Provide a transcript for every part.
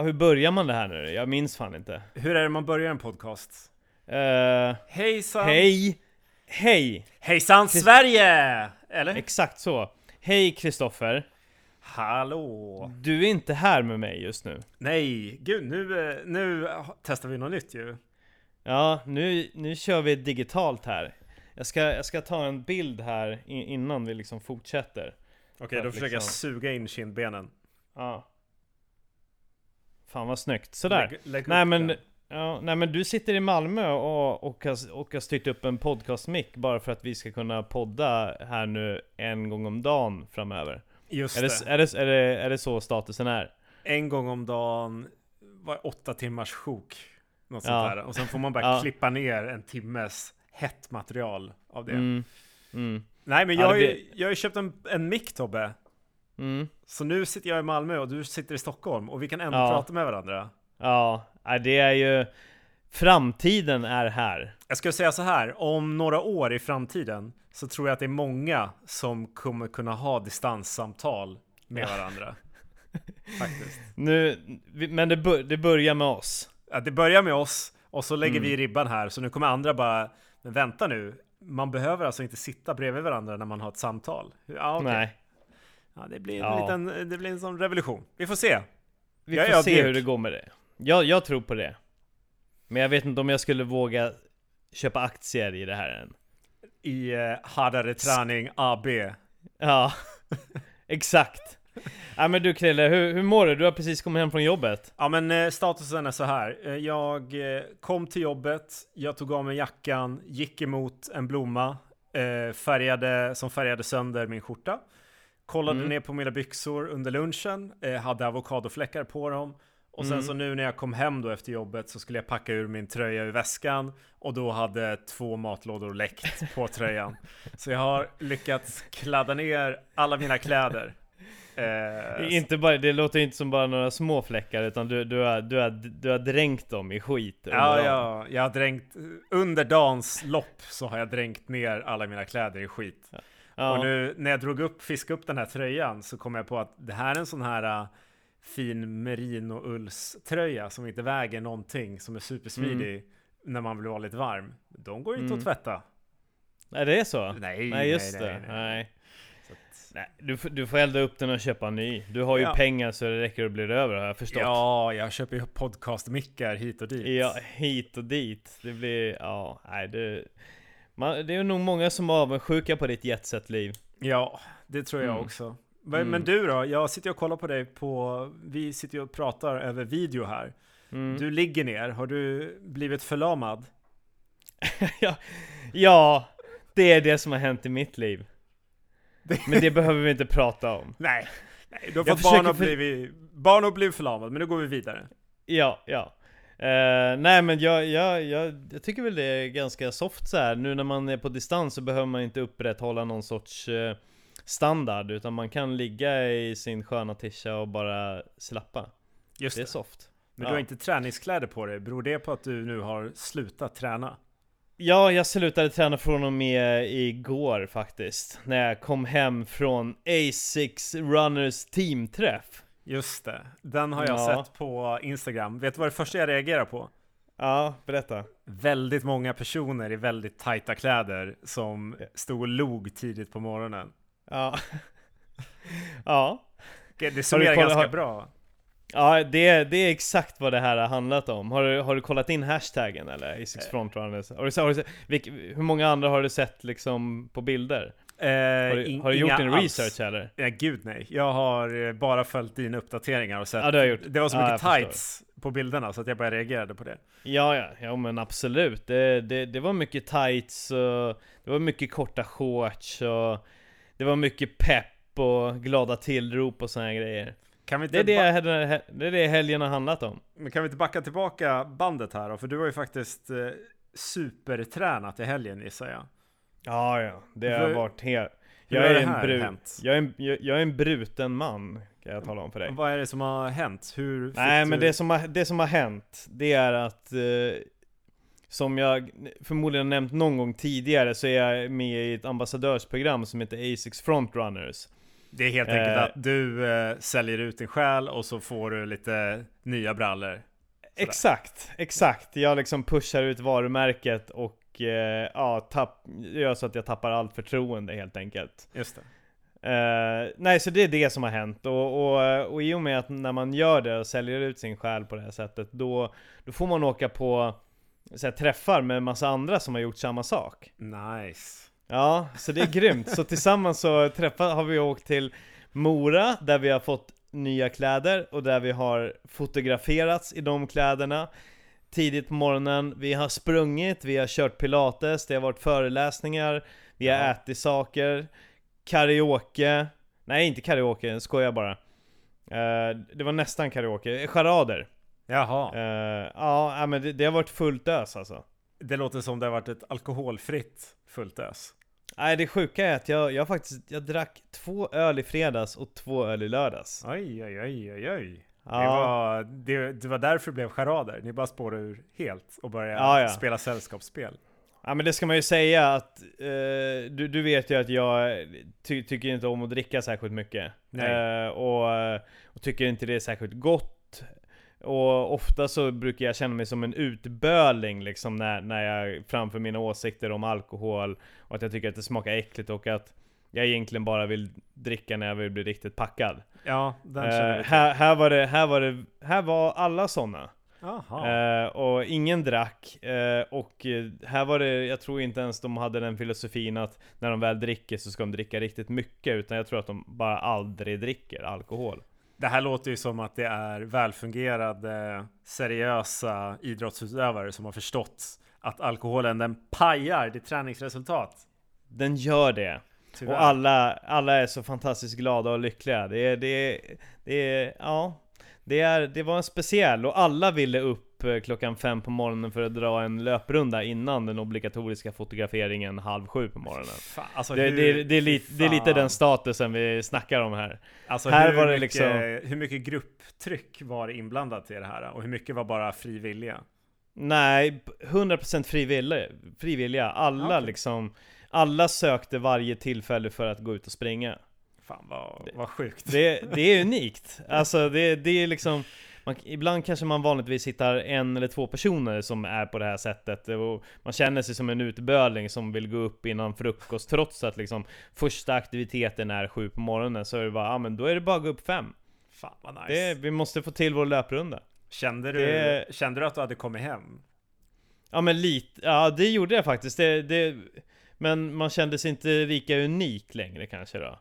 hur börjar man det här nu? Jag minns fan inte. Hur är det man börjar en podcast? Hejsan! Hej! Hejsan Sverige! Eller? Exakt så. Hej Kristoffer. Hallå! Du är inte här med mig just nu. Nej, gud, nu testar vi något nytt ju. Ja, nu kör vi digitalt här. Jag ska ta en bild här innan vi liksom fortsätter. Okej, då försöker jag suga in kindbenen. Ja. Fan vad snyggt. Sådär. Lägg Nej men du sitter i Malmö och har styrt upp en podcast-mic bara för att vi ska kunna podda här nu en gång om dagen framöver. Just Är det så statusen är? En gång om dagen var 8 timmars sjok. Något sånt där. Och sen får man bara klippa ner en timmes hett material av det. Nej, men jag har ju köpt en mic, Tobbe. Så nu sitter jag i Malmö och du sitter i Stockholm. Och vi kan ändå prata med varandra. Ja, det är ju... Framtiden är här. Jag skulle säga så här, om några år i framtiden så tror jag att det är många som kommer kunna ha distanssamtal med varandra. Faktiskt. Men det börjar med oss. Ja, det börjar med oss och så lägger vi ribban här. Så nu kommer andra bara, men vänta nu. Man behöver alltså inte sitta bredvid varandra när man har ett samtal. Ja, okay. Nej. Ja, det blir en sån revolution. Vi får se. Vi får se hur det går med det. Jag tror på det. Men jag vet inte om jag skulle våga köpa aktier i det här än. I Hårdare Träning AB. Ja, exakt. Ja, men du Krille, hur mår du? Du har precis kommit hem från jobbet. Ja, men statusen är så här. Jag kom till jobbet, jag tog av mig jackan, gick emot en blomma som färgade sönder min skjorta. Kollade ner på mina byxor under lunchen, hade avokadofläckar på dem. Och sen så nu när jag kom hem då efter jobbet så skulle jag packa ur min tröja ur väskan. Och då hade 2 matlådor läckt på tröjan. Så jag har lyckats kladda ner alla mina kläder. Det låter inte som bara några små fläckar, utan du har dränkt dem i skit. Ja, jag har dränkt under dagens lopp, så har jag dränkt ner alla mina kläder i skit. Ja. Och nu när jag fiskade upp den här tröjan så kom jag på att det här är en sån här fin merino-ullströja som inte väger någonting, som är supersmidig när man vill vara lite varm. De går inte att tvätta. Nej, det är så? Nej, just det. Nej. Nej, du får elda upp den och köpa en ny. Du har ju pengar så det räcker att bli över, har jag förstått. Ja, jag köper ju podcast-mickar hit och dit. Ja, hit och dit. Det blir, det är nog många som är avundsjuka på ditt jetset-liv. Ja, det tror jag också. Men du då? Jag sitter och kollar på dig vi sitter och pratar över video här. Du ligger ner. Har du blivit förlamad? Ja, det är det som har hänt i mitt liv. Men det behöver vi inte prata om. Nej, du har fått barn och blivit förlamad. Men nu går vi vidare. Ja. Nej, men jag tycker väl det är ganska soft så här. Nu när man är på distans så behöver man inte upprätthålla någon sorts standard, utan man kan ligga i sin sköna tisha och bara slappa. Just det är soft. Men du har inte träningskläder på dig. Beror det på att du nu har slutat träna? Ja, jag slutade träna från och med igår faktiskt, när jag kom hem från A6 Runners teamträff. Just det, den har jag sett på Instagram. Vet du vad det första jag reagerar på? Ja, berätta. Väldigt många personer i väldigt tajta kläder som stod och log tidigt på morgonen. Ja. Ja. Det summerar ganska bra. Ja, det är exakt vad det här har handlat om. Har du kollat in hashtaggen eller? A6 Frontrunners? Hur många andra har du sett liksom på bilder? Har du gjort en research eller? Ja, gud nej. Jag har bara följt dina uppdateringar och sett. Ja, du har gjort. Det var så mycket tights på bilderna så att jag bara reagerade på det. Ja, men absolut. Det var mycket tights och det var mycket korta shorts och det var mycket pepp och glada tillrop och såna här grejer. Det är det helgen har handlat om. Men kan vi inte backa tillbaka bandet här då? För du har ju faktiskt supertränat i helgen, gissar jag. Ja, det har varit helt... Jag är en bruten man, kan jag tala om för dig. Vad är det som har hänt? Det som har hänt, det är att som jag förmodligen nämnt någon gång tidigare, så är jag med i ett ambassadörsprogram som heter A6 Frontrunners. Det är helt enkelt att du säljer ut din själ och så får du lite nya brallor. Exakt. Jag liksom pushar ut varumärket och gör så att jag tappar allt förtroende helt enkelt. Just det. Nej, så det är det som har hänt och i och med att när man gör det och säljer ut sin själ på det här sättet, då får man åka på så här, träffar med massa andra som har gjort samma sak. Nice. Ja, så det är grymt. Så tillsammans så har vi åkt till Mora, där vi har fått nya kläder och där vi har fotograferats i de kläderna tidigt på morgonen. Vi har sprungit, vi har kört pilates, det har varit föreläsningar, vi har ätit saker, karaoke. Nej, inte karaoke, skojar bara. Det var nästan karaoke, charader. Jaha. Ja, men det har varit fullt ös alltså. Det låter som det har varit ett alkoholfritt fullt ös. Nej, det sjuka är att jag drack 2 öl i fredags och 2 öl i lördags. Oj. Ja. Det var därför det blev charader. Ni bara spårade ur helt och började spela sällskapsspel. Ja, men det ska man ju säga att du vet ju att jag tycker inte om att dricka särskilt mycket. Och tycker inte det är särskilt gott. Och ofta så brukar jag känna mig som en utböling liksom när jag framför mina åsikter om alkohol och att jag tycker att det smakar äckligt och att jag egentligen bara vill dricka när jag vill bli riktigt packad. Ja, den känner jag. Här var alla såna. Och ingen drack och här var det, jag tror inte ens de hade den filosofin att när de väl dricker så ska de dricka riktigt mycket, utan jag tror att de bara aldrig dricker alkohol. Det här låter ju som att det är välfungerade, seriösa idrottsutövare som har förstått att alkoholen, den pajar ditt träningsresultat. Den gör det. Tyvärr. Och alla är så fantastiskt glada och lyckliga. Det var en speciell, och alla ville upp 5:00 på morgonen för att dra en löprunda innan den obligatoriska fotograferingen 6:30 på morgonen. Fan, alltså det är lite den statusen vi snackar om här. Alltså här var det liksom... hur mycket grupptryck var inblandat i det här? Och hur mycket var bara frivilliga? Nej, 100% frivilliga. Alla liksom, alla sökte varje tillfälle för att gå ut och springa. Fan vad sjukt. Det är unikt. Alltså det är liksom ibland kanske man vanligtvis hittar 1 eller 2 personer som är på det här sättet och man känner sig som en utböling som vill gå upp innan frukost, trots att liksom första aktiviteten är 7 på morgonen, så är det bara, men då är det bara att gå upp 5. Fan vad nice. Vi måste få till vår löprunda. Kände du att du hade kommit hem? Ja, men lite. Ja, det gjorde jag faktiskt. Men man kände sig inte lika unik längre kanske då.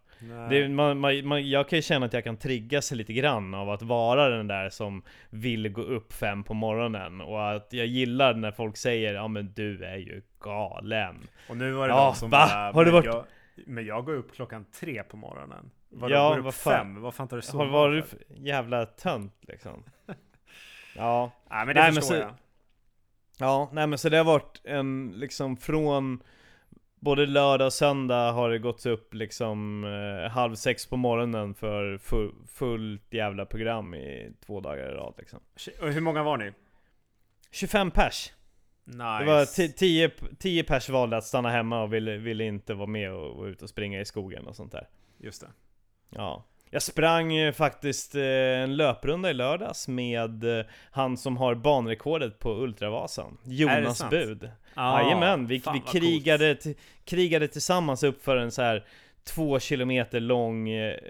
Jag kan ju känna att jag kan trigga sig lite grann av att vara den där som vill gå upp 5 på morgonen, och att jag gillar när folk säger, ja men du är ju galen. Och nu var det någon som bara, har du varit... men jag går upp 3 på morgonen. Ja, går upp 5? Vad fan tar du så? Har varit jävla tönt liksom. Ja. Nej, men det förstår jag. Ja, nej men så det har varit en liksom från både lördag och söndag har det gått upp liksom 5:30 på morgonen för fullt jävla program i 2 dagar i rad liksom. Och hur många var ni? 25 pers. Nice. Det var 10 pers valde att stanna hemma och ville inte vara med och ut och springa i skogen och sånt där. Just det. Ja. Jag sprang faktiskt en löprunda i lördags med han som har banrekordet på Ultravasan, Jonas Bud. Jajamän, vi krigade tillsammans upp för en så här 2 kilometer lång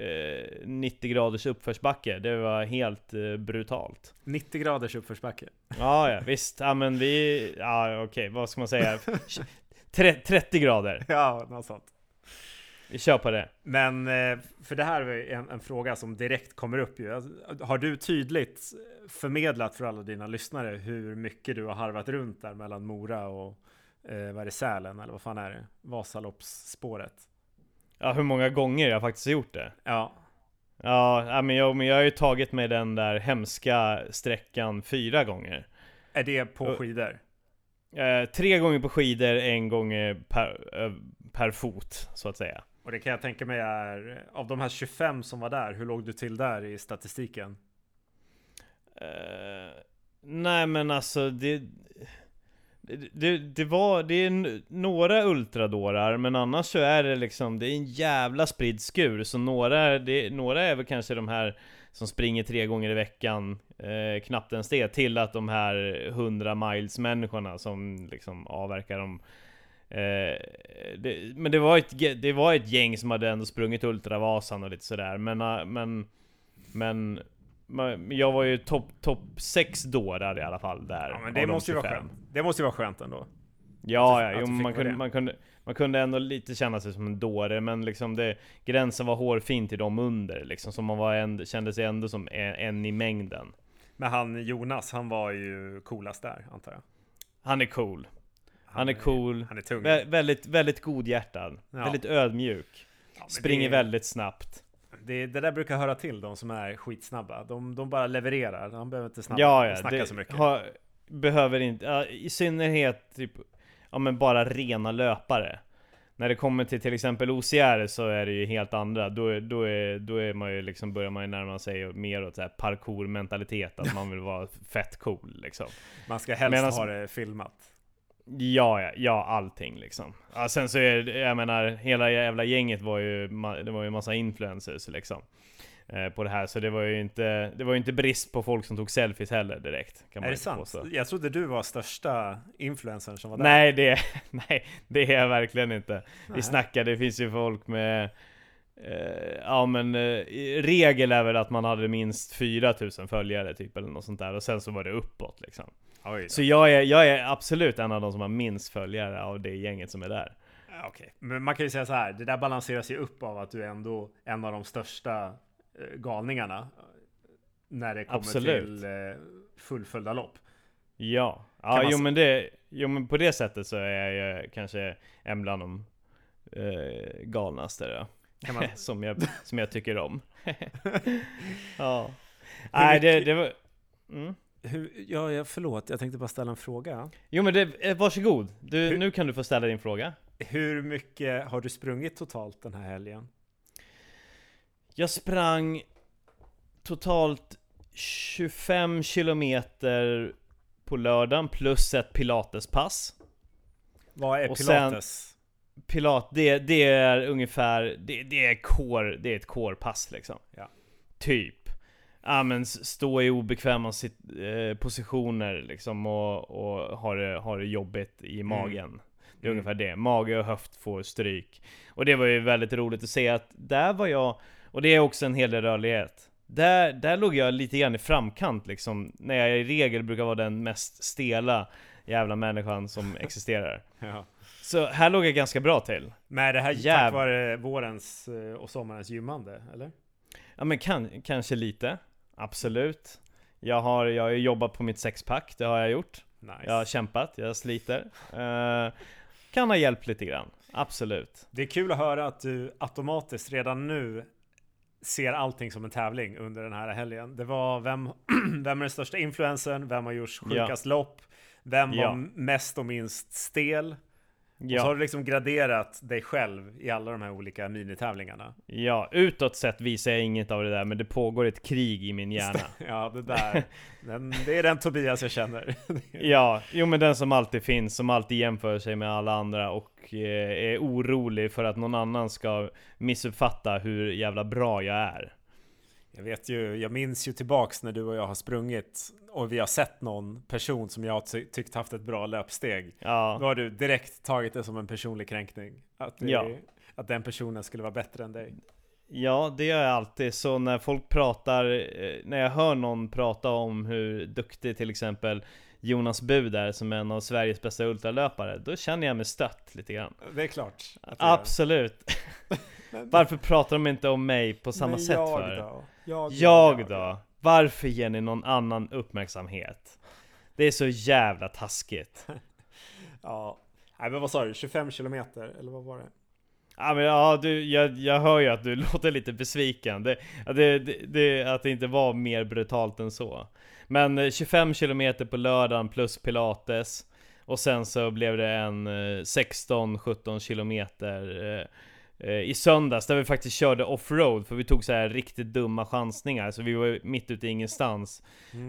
90 graders uppförsbacke. Det var helt brutalt. 90 graders uppförsbacke? Ja, visst. Ja, men okej, vad ska man säga? 30 grader. Ja, något sånt. Vi kör på det. Men för det här är en fråga som direkt kommer upp ju. Har du tydligt förmedlat för alla dina lyssnare hur mycket du har harvat runt där mellan Mora och vad är det, Sälen, eller vad fan är det? Vasaloppsspåret. Ja, hur många gånger jag faktiskt har gjort det. Ja. Ja, men jag har ju tagit mig den där hemska sträckan 4 gånger. Är det på skidor? 3 gånger på skidor, 1 gång per fot, så att säga. Och det kan jag tänka mig är, av de här 25 som var där, hur låg du till där i statistiken? Nej, men alltså Det är några ultradårar, men annars så är det liksom, det är en jävla spridd skur. Så några är väl kanske de här som springer 3 gånger i veckan, knappt ens det, till att de här 100 miles människorna som liksom avverkar dem. Men det var ett gäng som hade ändå sprungit Ultravasan och lite sådär. Men jag var ju topp 6 dårar i alla fall där. Ja, men det måste ju vara skönt. Det måste ju vara skönt ändå. Man kunde ändå lite känna sig som en dåre, men liksom gränsen var hårfin till de under liksom, så man kände sig ändå som en i mängden. Men han Jonas, han var ju coolast där, antar jag. Han är cool. Han är cool. Han är tung. Väldigt, väldigt godhjärtad. Ja. Väldigt ödmjuk. Ja, springer väldigt snabbt. Det där brukar höra till de som är skitsnabba. De bara levererar. De behöver inte snacka så mycket. Behöver inte, i synnerhet typ, men bara rena löpare. När det kommer till exempel OCR så är det ju helt andra. Då är man ju liksom, börjar man ju närma sig mer åt så här parkour-mentalitet, att man vill vara fett cool liksom. Man ska helst ha det filmat. Ja, allting liksom. Ja, sen så jag menar, hela jävla gänget det var ju massa influencers liksom, på det här, så det var ju inte brist på folk som tog selfies heller direkt, kan man. Är det sant? Påstå. Jag trodde du var största influencern som var där. Nej, det är jag verkligen inte. Vi snackade, det finns ju folk med regel är väl att man hade minst 4000 följare typ, eller något sånt där, och sen så var det uppåt liksom. Så jag är absolut en av de som har minst följare av det gänget som är där. Okej. Men man kan ju säga så här, det där balanseras ju upp av att du är ändå en av de största galningarna när det kommer till fullföljda lopp. Ja, men på det sättet så är jag kanske en bland de galnaste då. som jag tycker om. Ja. Nej, det var... Förlåt, jag tänkte bara ställa en fråga. Jo, men varsågod. Nu kan du få ställa din fråga. Hur mycket har du sprungit totalt den här helgen? Jag sprang totalt 25 kilometer på lördagen plus ett pilatespass. Vad är pilates? Det är ungefär det är ett core-pass liksom. Ja. Typ. Men stå i obekväma positioner liksom, och har det jobbigt i magen. Det är ungefär det. Mage och höft får stryk. Och det var ju väldigt roligt att se att där var jag, och det är också en hel del rörlighet. Där låg jag lite grann i framkant liksom, när jag i regel brukar vara den mest stela jävla människan som existerar. Ja. Så här låg jag ganska bra till. Men det här tack vare vårens och sommarens gymmande, eller? Ja, men kanske lite. Absolut. Jag har jobbat på mitt sexpack, det har jag gjort. Nice. Jag har kämpat, jag sliter. Kan ha hjälpt lite grann. Absolut. Det är kul att höra att du automatiskt redan nu ser allting som en tävling under den här helgen. Det var vem är den största influencern, vem har gjort sjukast lopp, vem var mest och minst stel. Och så har du liksom graderat dig själv i alla de här olika minitävlingarna. Ja, utåt sett visar jag inget av det där, men det pågår ett krig i min hjärna. Ja, det där. Det är den Tobias jag känner. Ja, men den som alltid finns, som alltid jämför sig med alla andra och är orolig för att någon annan ska missuppfatta hur jävla bra jag är. Jag minns ju tillbaks när du och jag har sprungit och vi har sett någon person som jag tyckt haft ett bra löpsteg. Ja. Då har du direkt tagit det som en personlig kränkning. Att den personen skulle vara bättre än dig. Ja, det gör jag alltid. Så när folk pratar, när jag hör någon prata om hur duktig till exempel Jonas Bud är, som är en av Sveriges bästa ultralöpare, då känner jag mig stött lite grann. Det är klart. Absolut. Varför pratar de inte om mig på samma sätt för? Jag då? Varför ger ni någon annan uppmärksamhet? Det är så jävla taskigt. Ja. Nej, men vad sa du? 25 kilometer? Eller vad var det? Ja, men jag hör ju att du låter lite besviken. Att det inte var mer brutalt än så. Men 25 kilometer på lördagen plus pilates. Och sen så blev det en 16-17 kilometer i söndags där vi faktiskt körde offroad, för vi tog så här riktigt dumma chansningar, så vi var mitt ute i ingenstans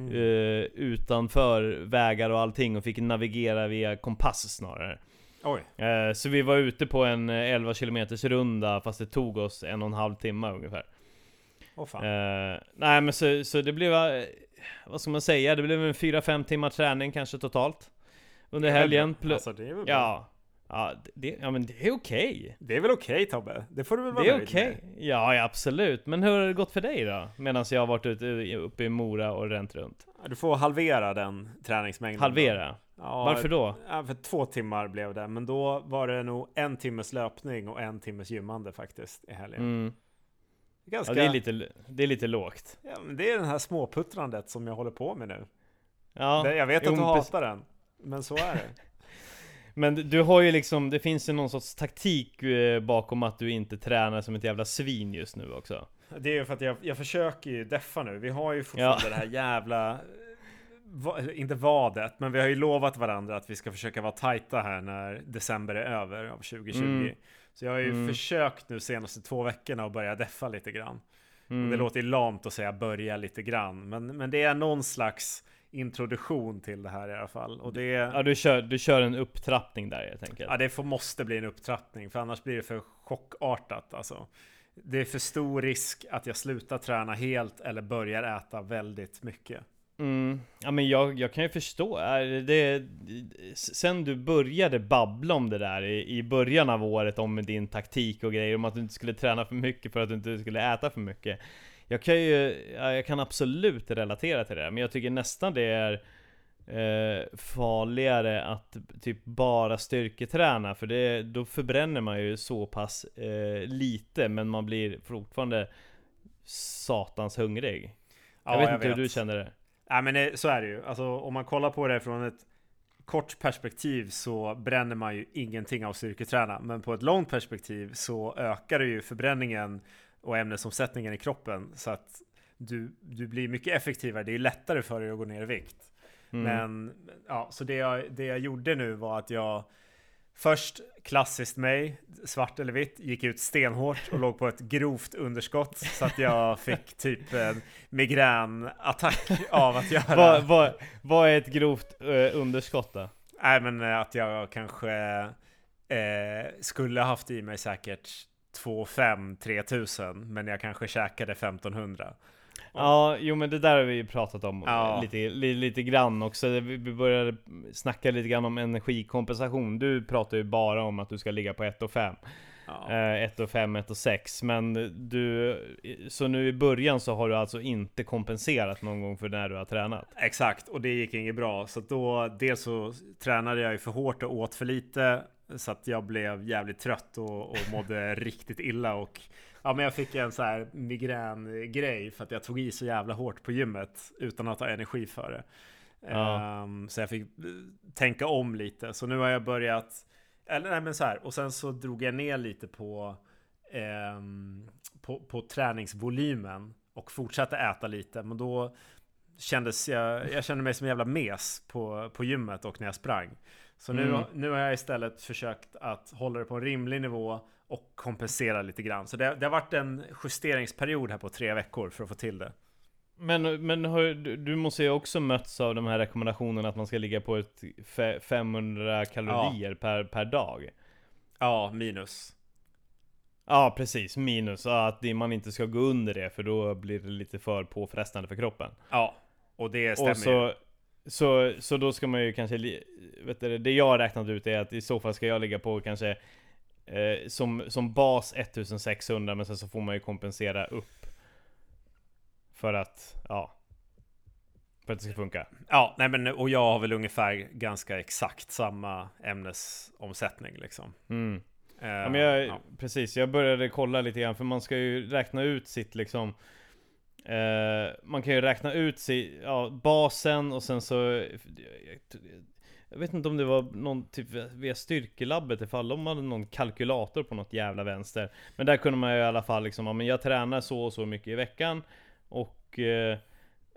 utanför vägar och allting och fick navigera via kompass snarare. Oj. Så vi var ute på en 11 kilometers runda, fast det tog oss 1,5 timme ungefär. Fan. Nej men så det blev, vad ska man säga, det blev en 4-5 timmar träning kanske totalt under helgen. Alltså, det är väl ja, men det är okej. Det är väl okej, Tobbe? Det får du väl vara nöjd med. Ja, absolut. Men hur har det gått för dig då? Medan jag har varit uppe i Mora och ränt runt. Du får halvera den träningsmängden. Halvera? Ja, varför då? Ja, för 2 timmar blev det. Men då var det nog 1 timmes löpning och 1 timmes gymmande faktiskt i helgen. Ganska... Ja, det är lite lågt. Ja, men det är den här småputtrandet som jag håller på med nu. Ja, jag vet att du hatar den, men så är det. Men du har ju liksom, det finns ju någon sorts taktik bakom att du inte tränar som ett jävla svin just nu också. Det är ju för att jag försöker ju deffa nu. Vi har ju fortfarande det här jävla... inte vadet, men vi har ju lovat varandra att vi ska försöka vara tajta här när december är över av 2020. Så jag har ju försökt nu senaste 2 veckorna att börja deffa lite grann. Och det låter ju lamt att säga börja lite grann, men det är någon slags introduktion till det här i alla fall. Och det... Ja, du kör en upptrappning där helt enkelt. Ja, det måste bli en upptrappning, för annars blir det för chockartat alltså. Det är för stor risk att jag slutar träna helt eller börjar äta väldigt mycket. Ja, men jag kan ju förstå sen du började babbla om det där i början av året, om din taktik och grejer, om att du inte skulle träna för mycket för att du inte skulle äta för mycket. Jag kan absolut relatera till det, men jag tycker nästan det är farligare att typ bara styrketräna, för då förbränner man ju så pass lite, men man blir fortfarande satans hungrig. Jag vet inte hur du känner det. Nej, men så är det ju. Alltså, om man kollar på det från ett kort perspektiv så bränner man ju ingenting av styrketräna, men på ett långt perspektiv så ökar det ju förbränningen och ämnesomsättningen i kroppen, så att du blir mycket effektivare. Det är lättare för dig att gå ner i vikt. Men ja, så det jag gjorde nu var att jag först, klassiskt mig, svart eller vitt, gick ut stenhårt och låg på ett grovt underskott, så att jag fick typ en migränattack av att göra... Vad är ett grovt underskott då? Nej, men att jag kanske skulle haft i mig säkert 2-5-3 000, men jag kanske käkade 1500. Ja, jo men det där har vi ju pratat om lite grann också. Vi började snacka lite grann om energikompensation. Du pratar ju bara om att du ska ligga på 1,5. 1,5, 1,6. Men så nu i början så har du alltså inte kompenserat någon gång för när du har tränat? Exakt, och det gick inget bra. Så då, dels så tränade jag ju för hårt och åt för lite, så att jag blev jävligt trött och mådde riktigt illa. Och ja, men jag fick en så här migrängrej för att jag tog i så jävla hårt på gymmet utan att ha energi för det. Så jag fick tänka om lite. Så nu har jag börjat, eller nej men så här, och sen så drog jag ner lite på träningsvolymen och fortsatte äta lite. Men då jag kände mig som en jävla mes på gymmet och när jag sprang. Så nu har jag istället försökt att hålla det på en rimlig nivå och kompensera lite grann. Så det har varit en justeringsperiod här på 3 veckor för att få till det. Men du måste ju också möts av de här rekommendationerna att man ska ligga på ett 500 kalorier per dag. Ja, minus. Ja, precis, minus. Att man inte ska gå under det, för då blir det lite för påfrestande för kroppen. Ja, och det stämmer. Och så då ska man ju kanske, vet du, det jag har räknat ut är att i så fall ska jag ligga på kanske som bas 1600, men sen så får man ju kompensera upp för att det ska funka. Ja, nej men, och jag har väl ungefär ganska exakt samma ämnesomsättning liksom. Ja, men precis, jag började kolla lite grann, för man ska ju räkna ut sitt liksom man kan ju räkna ut basen, och sen så jag vet inte om det var någon typ via styrkelabbet, ifall de hade någon kalkylator på något jävla vänster. Men där kunde man ju i alla fall liksom, men jag tränar så och så mycket i veckan, och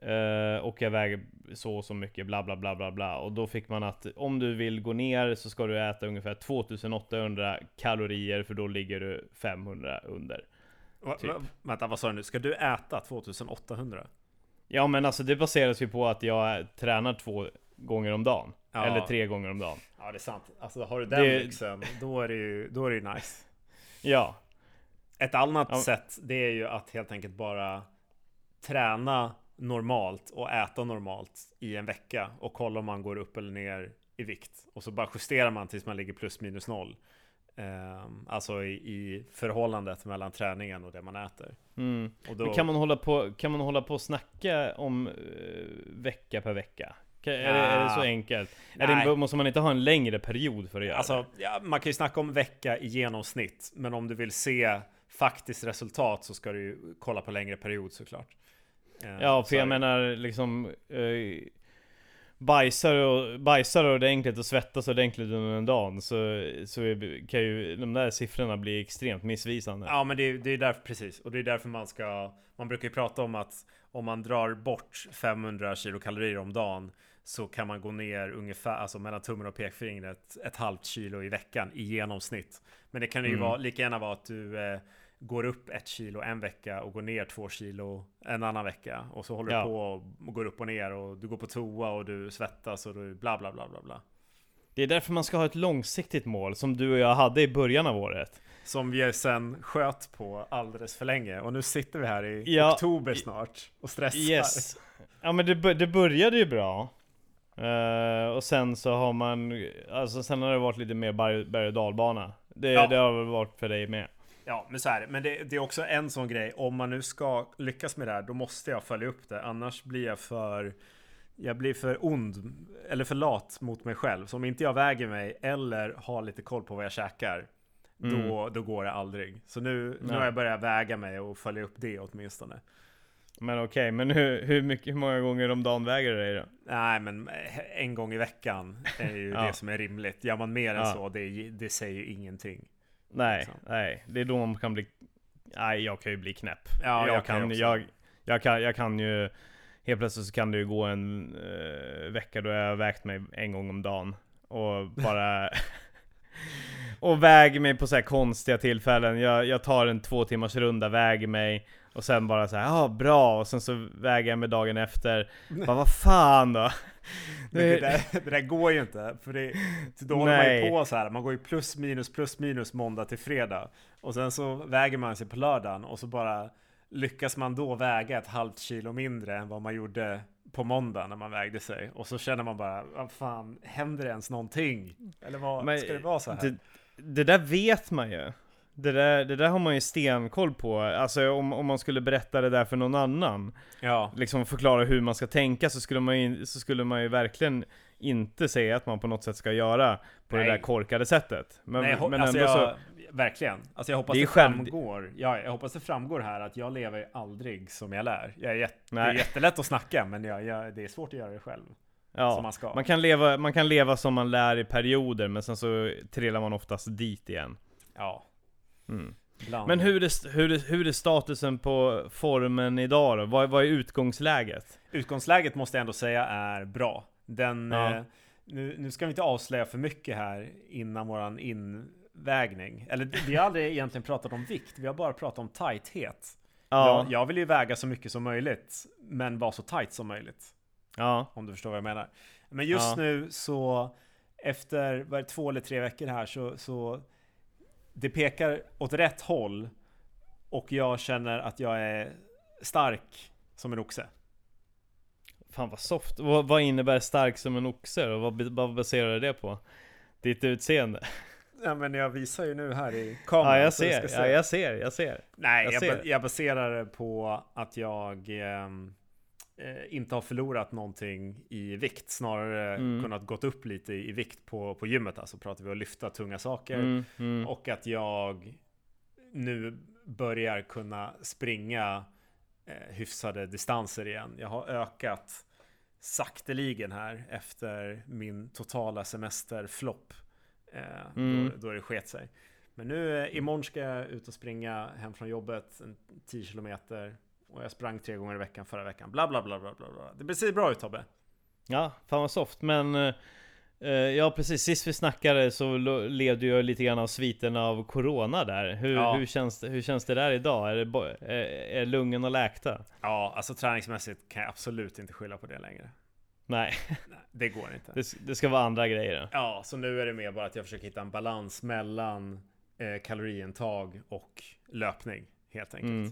och jag väger så och så mycket, bla bla bla bla bla. Och då fick man att om du vill gå ner så ska du äta ungefär 2800 kalorier, för då ligger du 500 under. Typ. Vänta, vad sa du nu? Ska du äta 2800? Ja, men alltså det baseras ju på att jag tränar 2 gånger om dagen. Ja. Eller 3 gånger om dagen. Ja, det är sant. Alltså har du den liksom, då är det ju nice. Ja. Ett annat sätt, det är ju att helt enkelt bara träna normalt och äta normalt i en vecka och kolla om man går upp eller ner i vikt. Och så bara justerar man tills man ligger plus minus noll. Alltså i förhållandet mellan träningen och det man äter. Och då... Men kan man hålla på och snacka om vecka per vecka? Är det så enkelt? Måste man inte ha en längre period för att göra det? Ja, man kan ju snacka om vecka i genomsnitt, men om du vill se faktiskt resultat så ska du ju kolla på längre period såklart. Ja, för jag menar liksom bajsar ordentligt och svettas ordentligt under en dag, så kan ju de där siffrorna bli extremt missvisande. Ja, men det är därför, precis. Och det är därför man brukar ju prata om att om man drar bort 500 kilokalorier om dagen så kan man gå ner ungefär, alltså mellan tummen och pekfingret, ett halvt kilo i veckan i genomsnitt. Men det kan ju lika gärna vara att du går upp 1 kilo en vecka och går ner 2 kilo en annan vecka. Och så håller du på och går upp och ner och du går på toa och du svettas och du bla bla bla bla bla. Det är därför man ska ha ett långsiktigt mål, som du och jag hade i början av året. Som vi sen sköt på alldeles för länge. Och nu sitter vi här i oktober snart och stressar. Yes. Ja, men det började ju bra. Och sen så har man, alltså sen har det varit lite mer berg- och dalbana. Det har väl varit för dig med. Ja, men så här, men det är också en sån grej. Om man nu ska lyckas med det här, då måste jag följa upp det. Annars blir jag blir för ond eller för lat mot mig själv. Så om inte jag väger mig eller har lite koll på vad jag käkar, då går det aldrig. Så nu har jag börjat väga mig och följa upp det åtminstone. Men okej, men hur många gånger om dagen väger du dig då? Nej, men en gång i veckan är ju det som är rimligt. Gör man mer än så, det säger ju ingenting. Nej, det är då man kan bli... Nej, jag kan ju bli knäpp. Ja, jag kan ju... Helt plötsligt så kan det ju gå en vecka då jag har vägt mig en gång om dagen. Och bara... och väger mig på så här konstiga tillfällen. Jag tar en 2 timmars runda, väger mig. Och sen bara så här, bra. Och sen så väger jag mig dagen efter. Bara, vad fan då? Det där går ju inte. För då håller man ju på så här. Man går ju plus minus måndag till fredag. Och sen så väger man sig på lördagen. Och så bara lyckas man då väga ett halvt kilo mindre än vad man gjorde på måndag när man vägde sig. Och så känner man bara, vad fan, händer det ens någonting? Eller vad ska det vara så här? Det där vet man ju. Det där har man ju stenkoll på. Alltså om man skulle berätta det där för någon annan, liksom förklara hur man ska tänka, så skulle man ju verkligen inte säga att man på något sätt ska göra på det där korkade sättet. Men alltså ändå så... Verkligen. Alltså jag hoppas det framgår. Ja, jag hoppas det framgår här att jag lever aldrig som jag lär. Det är jättelätt att snacka, men det är svårt att göra det själv. Ja, man ska. Man kan leva som man lär i perioder, men sen så trillar man oftast dit igen. Ja. Men hur är statusen på formen idag då? Vad är utgångsläget? Utgångsläget måste jag ändå säga är bra. Nu ska vi inte avslöja för mycket här innan våran invägning. Eller vi har aldrig egentligen pratat om vikt. Vi har bara pratat om tighthet. Jag vill ju väga så mycket som möjligt, men vara så tight som möjligt. Ja. Om du förstår vad jag menar. Men just nu så efter 2 eller 3 veckor här så det pekar åt rätt håll och jag känner att jag är stark som en oxe. Fan vad soft. Vad innebär stark som en oxe och vad baserar du det på? Ditt utseende? Ja, men jag visar ju nu här i kameran. Ja, jag ser. Nej, jag baserar det på att jag inte har förlorat någonting i vikt, snarare kunnat gått upp lite i vikt på gymmet. Alltså pratar vi att lyfta tunga saker och att jag nu börjar kunna springa hyfsade distanser igen. Jag har ökat sakteligen här efter min totala semesterflopp då det sket sig. Men nu imorgon ska jag ut och springa hem från jobbet 10 kilometer. Och jag sprang 3 gånger i veckan förra veckan. Bla bla bla bla bla bla. Det ser bra ut, Tobbe. Ja, fan vad soft. Men ja, precis. Sist vi snackade så levde jag lite grann av sviten av corona där. Hur känns det där idag? Är lungen läkta? Ja, alltså träningsmässigt kan jag absolut inte skylla på det längre. Nej. Nej, det går inte. Det ska vara andra grejer. Ja, så nu är det mer bara att jag försöker hitta en balans mellan kaloriintag och löpning, helt enkelt.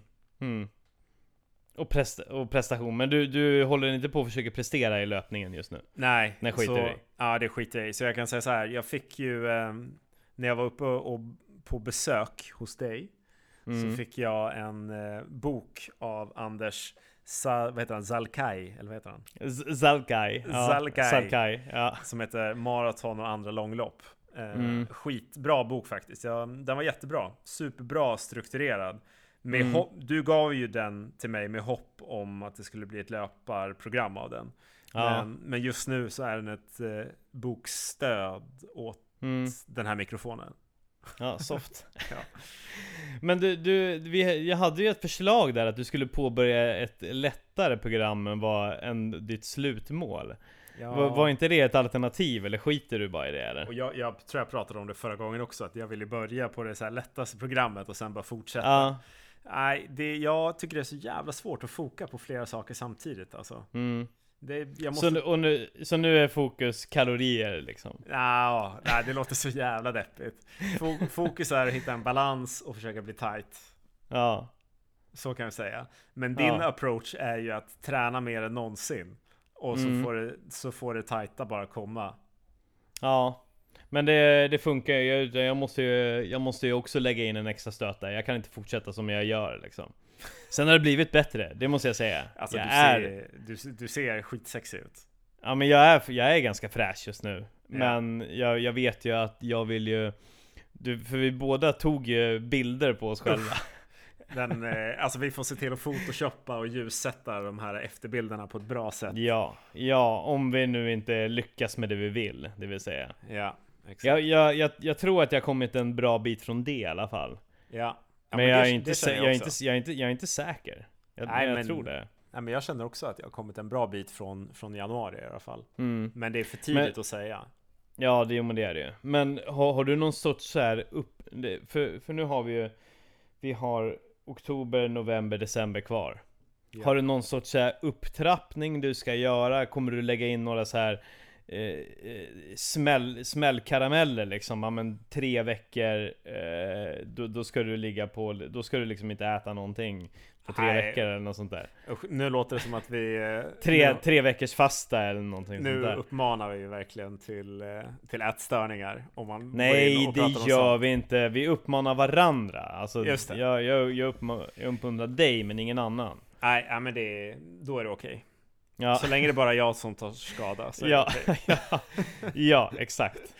Och prestation. Men du håller inte på att försöka prestera i löpningen just nu? Nej. Nej, skiter du i? Ja, det skiter jag i. Så jag kan säga så här, jag fick ju när jag var uppe och på besök hos dig, så fick jag en bok av Anders vad heter han? Zalkai, eller vad heter han? Zalkai, ja. Som heter Maraton och andra långlopp. Skitbra bok faktiskt. Den var jättebra. Superbra strukturerad. Du gav ju den till mig med hopp om att det skulle bli ett löparprogram av den. Ja. Men just nu så är den ett bokstöd åt den här mikrofonen. Ja, soft. Ja. Men jag hade ju ett förslag där att du skulle påbörja ett lättare program än ditt slutmål. Ja. Var inte det ett alternativ, eller skiter du bara i det eller? Och jag tror jag pratade om det förra gången också, att jag ville börja på det så här lättaste programmet och sen bara fortsätta. Ja. Nej, jag tycker det är så jävla svårt att foka på flera saker samtidigt alltså. Så nu är fokus kalorier liksom? Nej, det låter så jävla deppigt. Fokus är att hitta en balans och försöka bli tight. Ja. Så kan vi säga. Men din approach är ju att träna mer än någonsin. Och så får det tajta bara komma. Ja. Men det funkar ju. Jag måste ju också lägga in en extra stöt där. Jag kan inte fortsätta som jag gör liksom. Sen har det blivit bättre, det måste jag säga. Alltså du ser skitsexig ut. Ja, men jag är ganska fräsch just nu. Men jag vet ju att jag vill ju för vi båda tog ju bilder på oss själva. Alltså vi får se till att photoshoppa och ljussätta de här efterbilderna på ett bra sätt. Ja, om vi nu inte lyckas med det vi vill, det vill säga. Ja, exakt. Jag tror att jag kommit en bra bit från det i alla fall. Ja. Men jag är inte säker. Jag tror det. Nej, men jag känner också att jag har kommit en bra bit från januari i alla fall. Men det är för tidigt att säga. Ja, det är det. Men har du någon sorts så här för nu har vi har oktober, november, december kvar. Ja. Har du någon sorts så här upptrappning du ska göra? Kommer du lägga in några så här smällkarameller liksom? Ja, men 3 veckor då ska du ligga på, då ska du liksom inte äta någonting på 3 veckor eller något sånt där. Nu låter det som att vi 3 veckors fasta eller någonting nu sånt där. Nu uppmanar vi verkligen till ätstörningar om man nej, det gör vi inte. Vi uppmanar varandra. Alltså, just det. Jag uppmuntrar dig men ingen annan. Nej, men då är det okej. Ja. Så länge det bara är jag som tar skada så ja, exakt.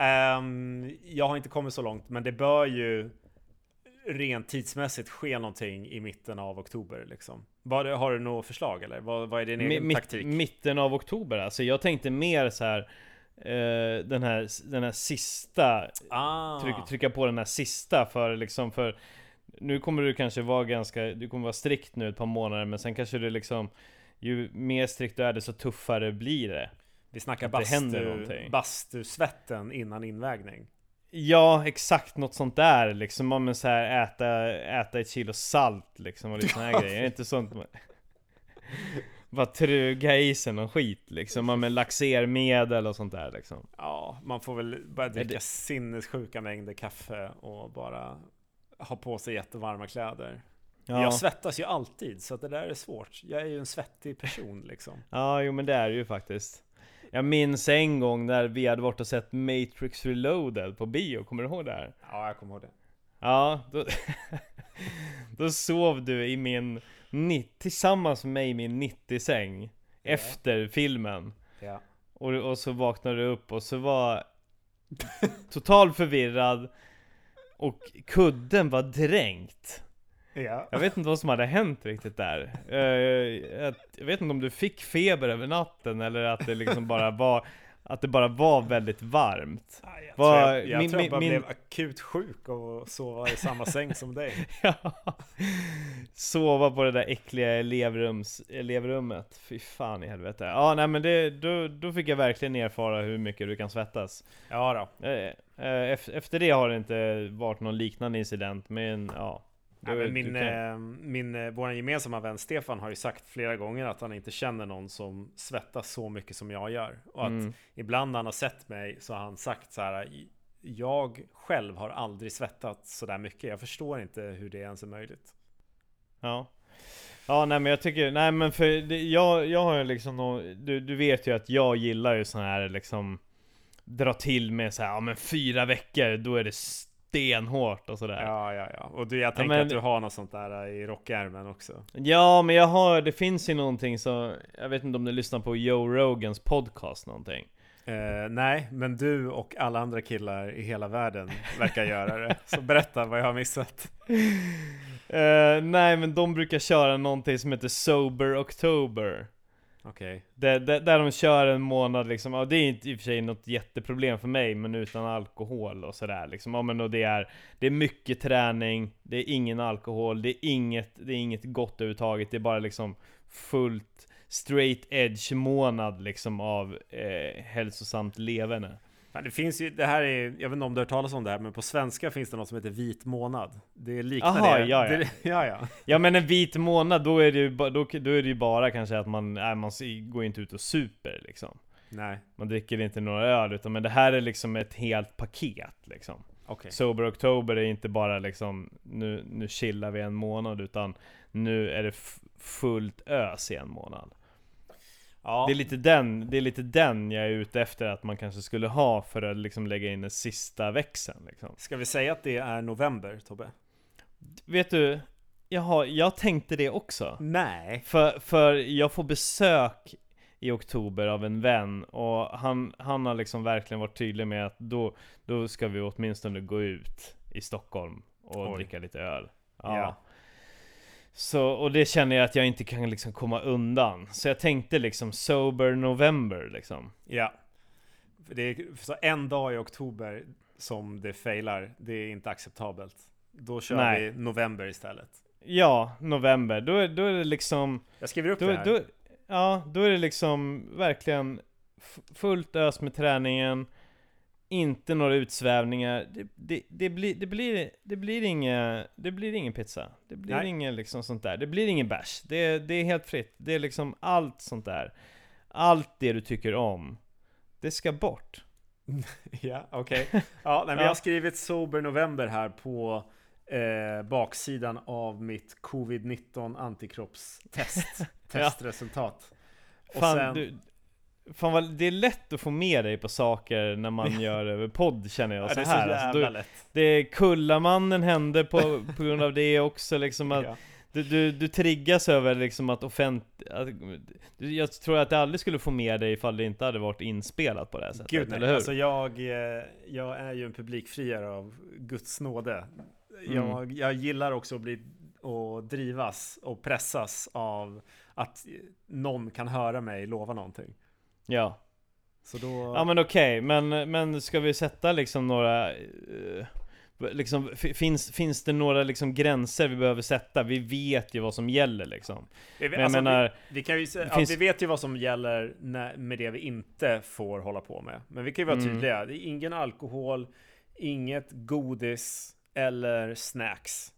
Jag har inte kommit så långt, men det bör ju rent tidsmässigt ske någonting i mitten av oktober liksom. Har du något förslag eller? Vad är din egen taktik? Mitten av oktober, alltså jag tänkte mer så här den här sista trycka på den här sista för nu kommer du kanske du kommer vara strikt nu ett par månader, men sen kanske du liksom, ju mer strikt du är det så tuffare blir det. Vi snackar bastusvetten innan invägning. Ja, exakt, något sånt där liksom. Man så här äta 1 kilo salt liksom och lite såna här grejer. Inte sånt bara truga i sig någon skit liksom. Man med laxermedel och sånt där liksom. Ja, man får väl börja dricka sinnessjuka mängder kaffe och bara ha på sig jättevarma kläder. Ja. Jag svettas ju alltid, så att det där är svårt. Jag är ju en svettig person liksom. Ja, jo men det är ju faktiskt. Jag minns en gång när vi hade varit och sett Matrix Reloaded på bio. Kommer du ihåg det här? Ja, jag kommer ihåg det. Ja, då sov du tillsammans med mig i min 90-säng efter filmen. Ja. Och så vaknade du upp och så var total förvirrad och kudden var dränkt. Ja. Jag vet inte vad som hade hänt riktigt där. Jag vet inte om du fick feber över natten eller att det liksom bara var att det bara var väldigt varmt. Jag tror jag bara blev akut sjuk och sova i samma säng som dig. Ja. Sova på det där äckliga elevrummet. Fy fan i helvete. Ja, nej men då fick jag verkligen erfara hur mycket du kan svettas. Ja då. Efter det har det inte varit någon liknande incident, men ja. Vår gemensamma vän Stefan har ju sagt flera gånger att han inte känner någon som svettas så mycket som jag gör. Och att ibland när han har sett mig så har han sagt så här: jag själv har aldrig svettats så där mycket. Jag förstår inte hur det ens är möjligt. Ja, nej men jag tycker, nej men för jag har ju liksom du vet ju att jag gillar ju sån här liksom dra till med så här, ja men 4 veckor, då är det stenhårt och sådär. Ja. Och jag tänker att du har något sånt där i rockärmen också. Ja, men det finns ju någonting så, jag vet inte om du lyssnar på Joe Rogans podcast någonting. Nej, men du och alla andra killar i hela världen verkar göra det. Så berätta vad jag har missat. Nej, men de brukar köra någonting som heter Sober October. Okej. Där de kör en månad liksom, det är inte i och för sig något jätteproblem för mig, men utan alkohol och sådär liksom. Ja, men det är mycket träning, det är ingen alkohol, det är inget gott överhuvudtaget, det är bara liksom fullt straight edge månad liksom av hälsosamt leverne. Det finns ju, det här är, jag vet inte om du har hört talas om det här, men på svenska finns det något som heter vit månad. Det liknar det. Ja. Ja, men en vit månad, då är det ju bara kanske att man går inte ut och super liksom. Nej. Man dricker inte några öl, utan men det här är liksom ett helt paket liksom. Okay. Sober October är inte bara liksom nu chillar vi en månad, utan nu är det fullt ös i en månad. Ja. Det är lite den jag är ute efter att man kanske skulle ha för att liksom lägga in den sista växeln liksom. Ska vi säga att det är november, Tobbe? Vet du, jag tänkte det också. Nej. För jag får besök i oktober av en vän, och han har liksom verkligen varit tydlig med att då ska vi åtminstone gå ut i Stockholm och dricka lite öl. Ja. Så, och det känner jag att jag inte kan liksom komma undan. Så jag tänkte liksom Sober November liksom. Ja. Det är så en dag i oktober som det failar, det är inte acceptabelt. Då kör vi november istället. Ja, november. Då är det liksom, jag skriver upp det här. Då är det liksom verkligen fullt ös med träningen. Inte några utsvävningar. Det blir ingen pizza. Det blir ingen liksom sånt där. Det blir ingen bärs. Det är helt fritt. Det är liksom allt sånt där. Allt det du tycker om, det ska bort. Ja, okej. Ja, men jag har skrivit Sober November här på baksidan av mitt covid-19 antikroppstest. Testresultat. Och Fan, det är lätt att få med dig på saker när man gör över podd, känner jag. Det är så jävla lätt. Det Kullamannen hände på grund av det också liksom, att du triggas över liksom att jag tror att det aldrig skulle få med dig ifall det inte hade varit inspelat på det här sättet. Gud, eller hur? Alltså jag är ju en publikfriare av Guds nåde. Jag gillar också att och drivas och pressas av att någon kan höra mig lova någonting. Ja. Så då... Ja, men okej, men ska vi sätta liksom några liksom, finns det några liksom gränser vi behöver sätta? Vi vet ju vad som gäller liksom. Vi vet ju vad som gäller med det vi inte får hålla på med. Men vi kan ju vara tydliga. Det är ingen alkohol, inget godis eller snacks.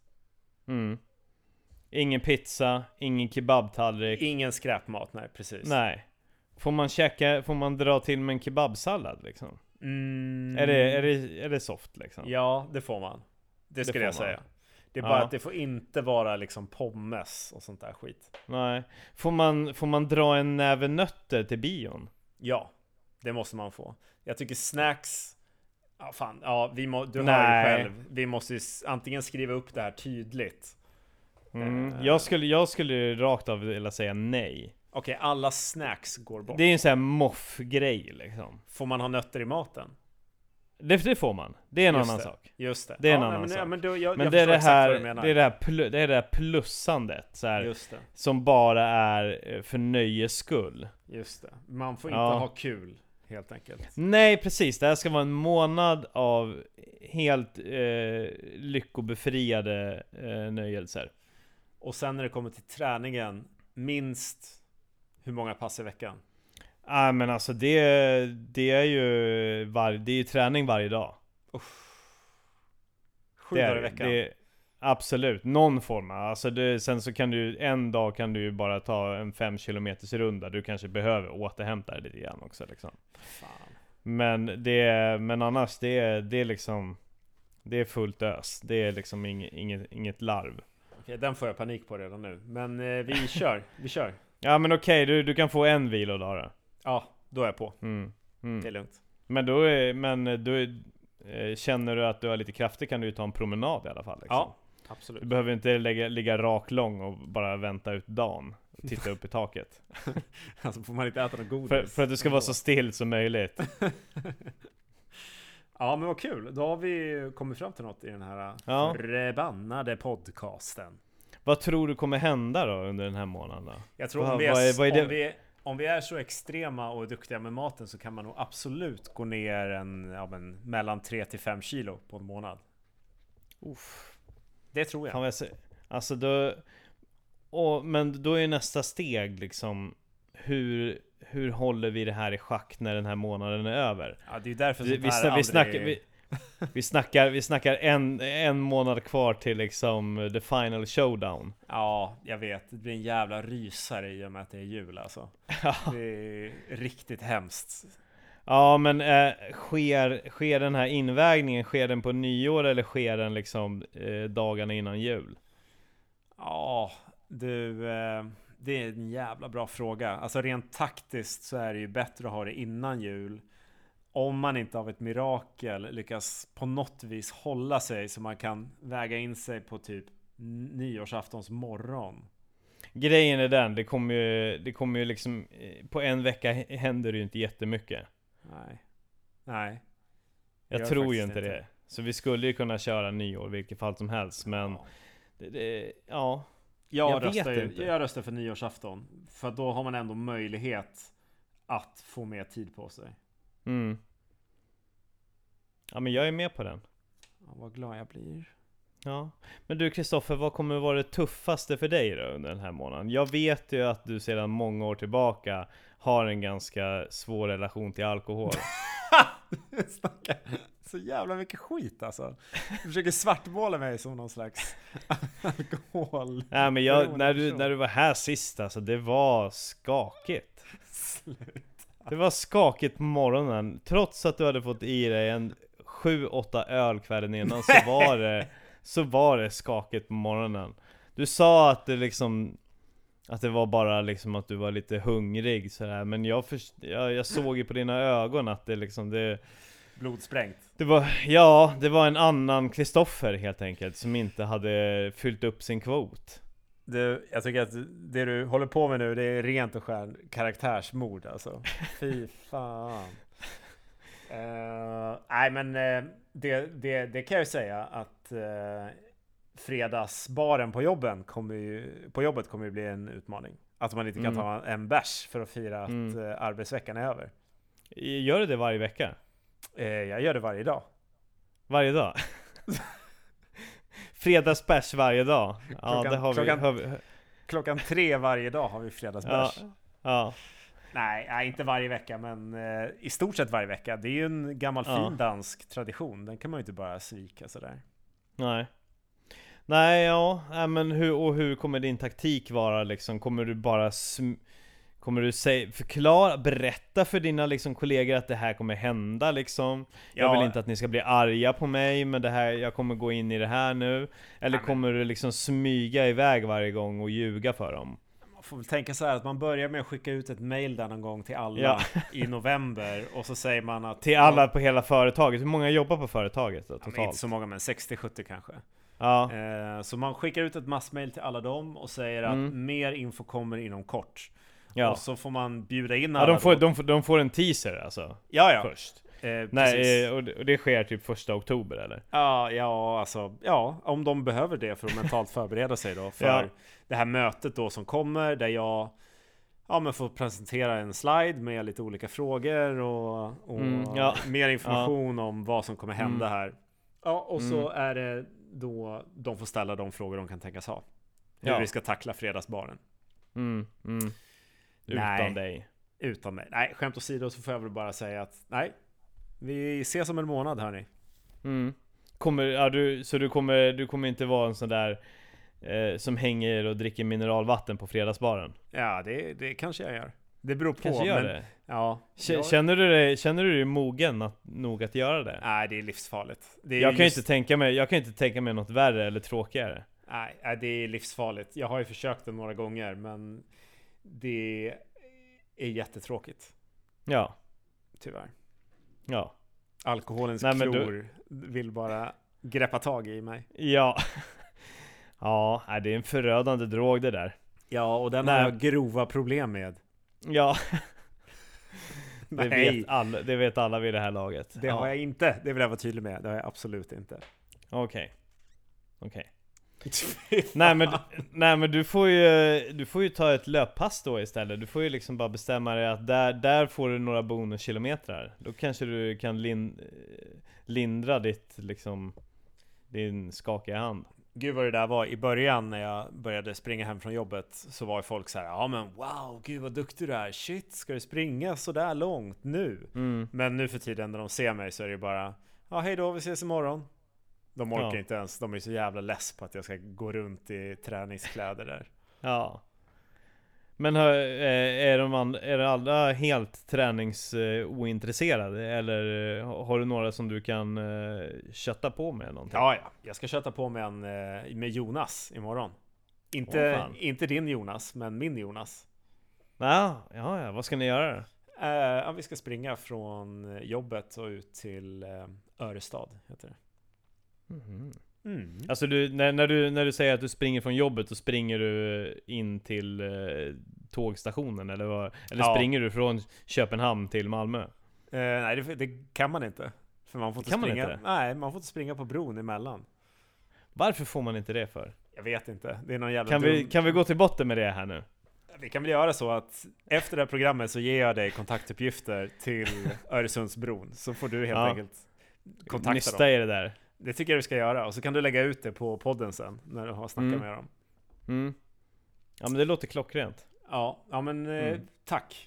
Ingen pizza, ingen kebabtallrik, ingen skräpmat, nej precis. Nej. Får man dra till med en kebabsallad liksom? Är det soft liksom? Ja, det får man. Det skulle jag säga. Det är bara att det får inte vara liksom pommes och sånt där skit. Nej. Får man dra en näve nötter till bion? Ja, det måste man få. Jag tycker snacks... du har ju själv. Vi måste antingen skriva upp det här tydligt. Jag skulle rakt av vilja säga nej. Okej, alla snacks går bort. Det är en sån här moff-grej liksom. Får man ha nötter i maten? Det får man. Det är en annan sak. Just det. Det är en annan sak. Men det är det här plussandet så här, just det. som bara är för nöjes skull. Just det. Man får inte ha kul helt enkelt. Nej, precis. Det här ska vara en månad av helt lyckobefriade nöjelser. Och sen när det kommer till träningen, minst hur många pass i veckan? Men alltså det är ju det är träning varje dag. 7 dagar i veckan? Absolut, någon form. Alltså sen så kan du en dag kan du ju bara ta en 5 kilometers runda. Du kanske behöver återhämta dig lite grann också liksom. Fan. Men annars det är liksom, det är fullt ös. Det är liksom inget larv. Okej, den får jag panik på redan nu. Men vi kör. Ja men okej, du kan få en vilodag då. Ja, då är jag på. Det är lugnt. Men känner du att du är lite kraftig kan du ju ta en promenad i alla fall liksom. Ja, absolut. Du behöver inte ligga rak lång och bara vänta ut dagen och titta upp i taket. Alltså får man inte äta något godis. För att du ska vara så still som möjligt. Ja men vad kul, då har vi kommit fram till något i den här förbannade podcasten. Vad tror du kommer hända då under den här månaden då? Jag tror om vi är så extrema och duktiga med maten så kan man nog absolut gå ner mellan 3-5 kilo på en månad. Det tror jag. Alltså men då är nästa steg liksom hur håller vi det här i schack när den här månaden är över? Ja, det är därför vi snackar en månad kvar till liksom the final showdown. Ja, jag vet. Det blir en jävla rysare i och med att det är jul alltså. Det är riktigt hemskt. Ja, men sker den här invägningen, sker den på nyår eller sker den liksom dagarna innan jul? Ja, det är en jävla bra fråga. Alltså rent taktiskt så är det ju bättre att ha det innan jul. Om man inte av ett mirakel lyckas på något vis hålla sig så man kan väga in sig på typ nyårsaftons morgon. Grejen är den, det kommer ju liksom på en vecka händer det ju inte jättemycket. Nej. Jag tror ju inte det. Så vi skulle ju kunna köra nyår vilket fall som helst, men Jag röstar för nyårsafton. För då har man ändå möjlighet att få mer tid på sig. Ja, men jag är med på den. Ja, vad glad jag blir. Ja, men du Kristoffer, vad kommer vara det tuffaste för dig då under den här månaden? Jag vet ju att du sedan många år tillbaka har en ganska svår relation till alkohol. Snackar så jävla mycket skit alltså. Du försöker svartmåla mig som någon slags alkohol. Nej, men när du var här sist alltså, det var skakigt. Det var skakigt på morgonen. Trots att du hade fått i dig en 7-8 öl kvällen innan så var det skakigt på morgonen. Du sa att det liksom att det var bara liksom att du var lite hungrig sådär, men jag såg ju på dina ögon att det liksom blodsprängt. Det var en annan Kristoffer helt enkelt som inte hade fyllt upp sin kvot. Jag tycker att det du håller på med nu, det är rent och skär karaktärsmord alltså. Fy fan. Nej men det kan jag ju säga att fredagsbaren på jobbet kommer ju bli en utmaning. Att man inte kan ta en bärs för att fira att arbetsveckan är över. Gör du det varje vecka? Jag gör det varje dag. Varje dag? Fredagsbärs varje dag? Ja, det har vi. Klockan 3 varje dag har vi fredagsbärs. Ja. Nej, inte varje vecka, men i stort sett varje vecka. Det är ju en gammal fin dansk tradition. Den kan man ju inte bara svika sådär. Nej, men hur kommer din taktik vara liksom? Kommer du bara berätta för dina liksom kollegor att det här kommer hända liksom? Jag vill inte att ni ska bli arga på mig, men jag kommer gå in i det här nu. Eller kommer du liksom smyga iväg varje gång och ljuga för dem? Man får väl tänka så här att man börjar med att skicka ut ett mail där någon gång till alla i november, och så säger man att till alla på hela företaget. Hur många jobbar på företaget då, totalt? Inte så många, men 60-70 kanske. Så man skickar ut ett massmail till alla dem och säger att mer info kommer inom kort. Och så får man bjuda in alla. De får en teaser alltså. Först. Nej, och det sker typ 1 oktober eller? Om de behöver det för att mentalt förbereda sig då för det här mötet då som kommer, där jag men få presentera en slide med lite olika frågor och mer information om vad som kommer hända här. Ja, och så är det då de får ställa de frågor de kan tänkas ha. Hur vi ska tackla fredagsbaren. Utan mig. Nej, skämt åsido så får jag väl bara säga att nej, vi ses om en månad, hörni. Du kommer inte vara en sån där som hänger och dricker mineralvatten på fredagsbaren? Ja, det kanske jag gör. Det beror på. Kanske gör det. Ja. Känner du dig mogen nog att göra det? Nej, det är livsfarligt. Jag kan inte tänka mig något värre eller tråkigare. Nej, det är livsfarligt. Jag har ju försökt det några gånger, men det är jättetråkigt. Ja. Tyvärr. Ja. Alkoholens klor vill bara greppa tag i mig. Ja. Ja, det är en förödande drog det där. Ja, och den har jag grova problem med. Ja. Det vet alla vid det här laget. Det har jag inte. Det vill jag vara tydlig med. Det har jag absolut inte. Okej. Nej men du får ju ta ett löppass då istället. Du får ju liksom bara bestämma dig att där får du några bonuskilometrar. Då kanske du kan lindra din skakiga hand. Gud vad det där var i början när jag började springa hem från jobbet, så var folk så här: ja men wow, gud vad duktig du är. Shit, ska du springa så där långt nu? Men nu för tiden när de ser mig så är det bara: ja, hej då, vi ses imorgon. De orkar inte ens, de är så jävla less på att jag ska gå runt i träningskläder där. Ja. Men är alla helt träningsointresserade? Eller har du några som du kan kötta på med någonting? Ja. Jag ska köta på med med Jonas imorgon. Inte din Jonas, men min Jonas. Ja, vad ska ni göra? Vi ska springa från jobbet och ut till Örestad, heter det. Alltså när du säger att du springer från jobbet, så springer du in till tågstationen eller springer du från Köpenhamn till Malmö? Nej, det kan man inte. För man får inte springa. Nej, man får inte springa på bron emellan. Varför får man inte det för? Jag vet inte. Det är någon jävla kan vi gå till botten med det här nu? Vi kan väl göra så att efter det här programmet så ger jag dig kontaktuppgifter till Öresundsbron, så får du helt enkelt kontakta Nysta dem. I det där. Det tycker jag du ska göra. Och så kan du lägga ut det på podden sen när du har snackat med dem. Ja, men det låter klockrent. Ja men tack.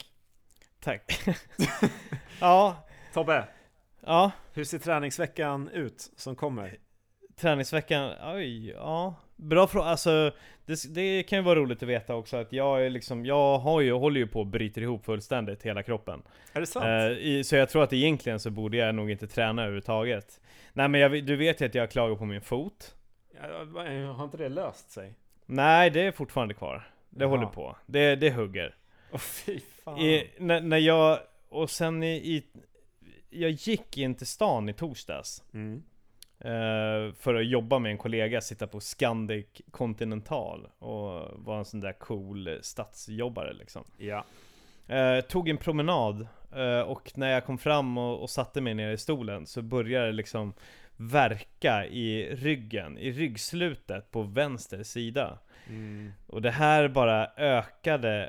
Ja. Tobbe. Ja. Hur ser träningsveckan ut som kommer? Träningsveckan, bra fråga. Alltså det kan ju vara roligt att veta också att jag håller ju på att bryta ihop fullständigt hela kroppen. Är det sant? Så jag tror att egentligen så borde jag nog inte träna överhuvudtaget. Nej, men du vet ju att jag klagar på min fot. Har inte det löst sig? Nej, det är fortfarande kvar. Det håller på. Det hugger. Fy fan. När jag och sen jag gick in till stan i torsdags. För att jobba med en kollega, sitta på Scandic Continental och vara en sån där cool stadsjobbare liksom. Ja. Tog en promenad och när jag kom fram och satte mig ner i stolen så började det liksom verka i ryggen, i ryggslutet på vänster sida. Och det här bara ökade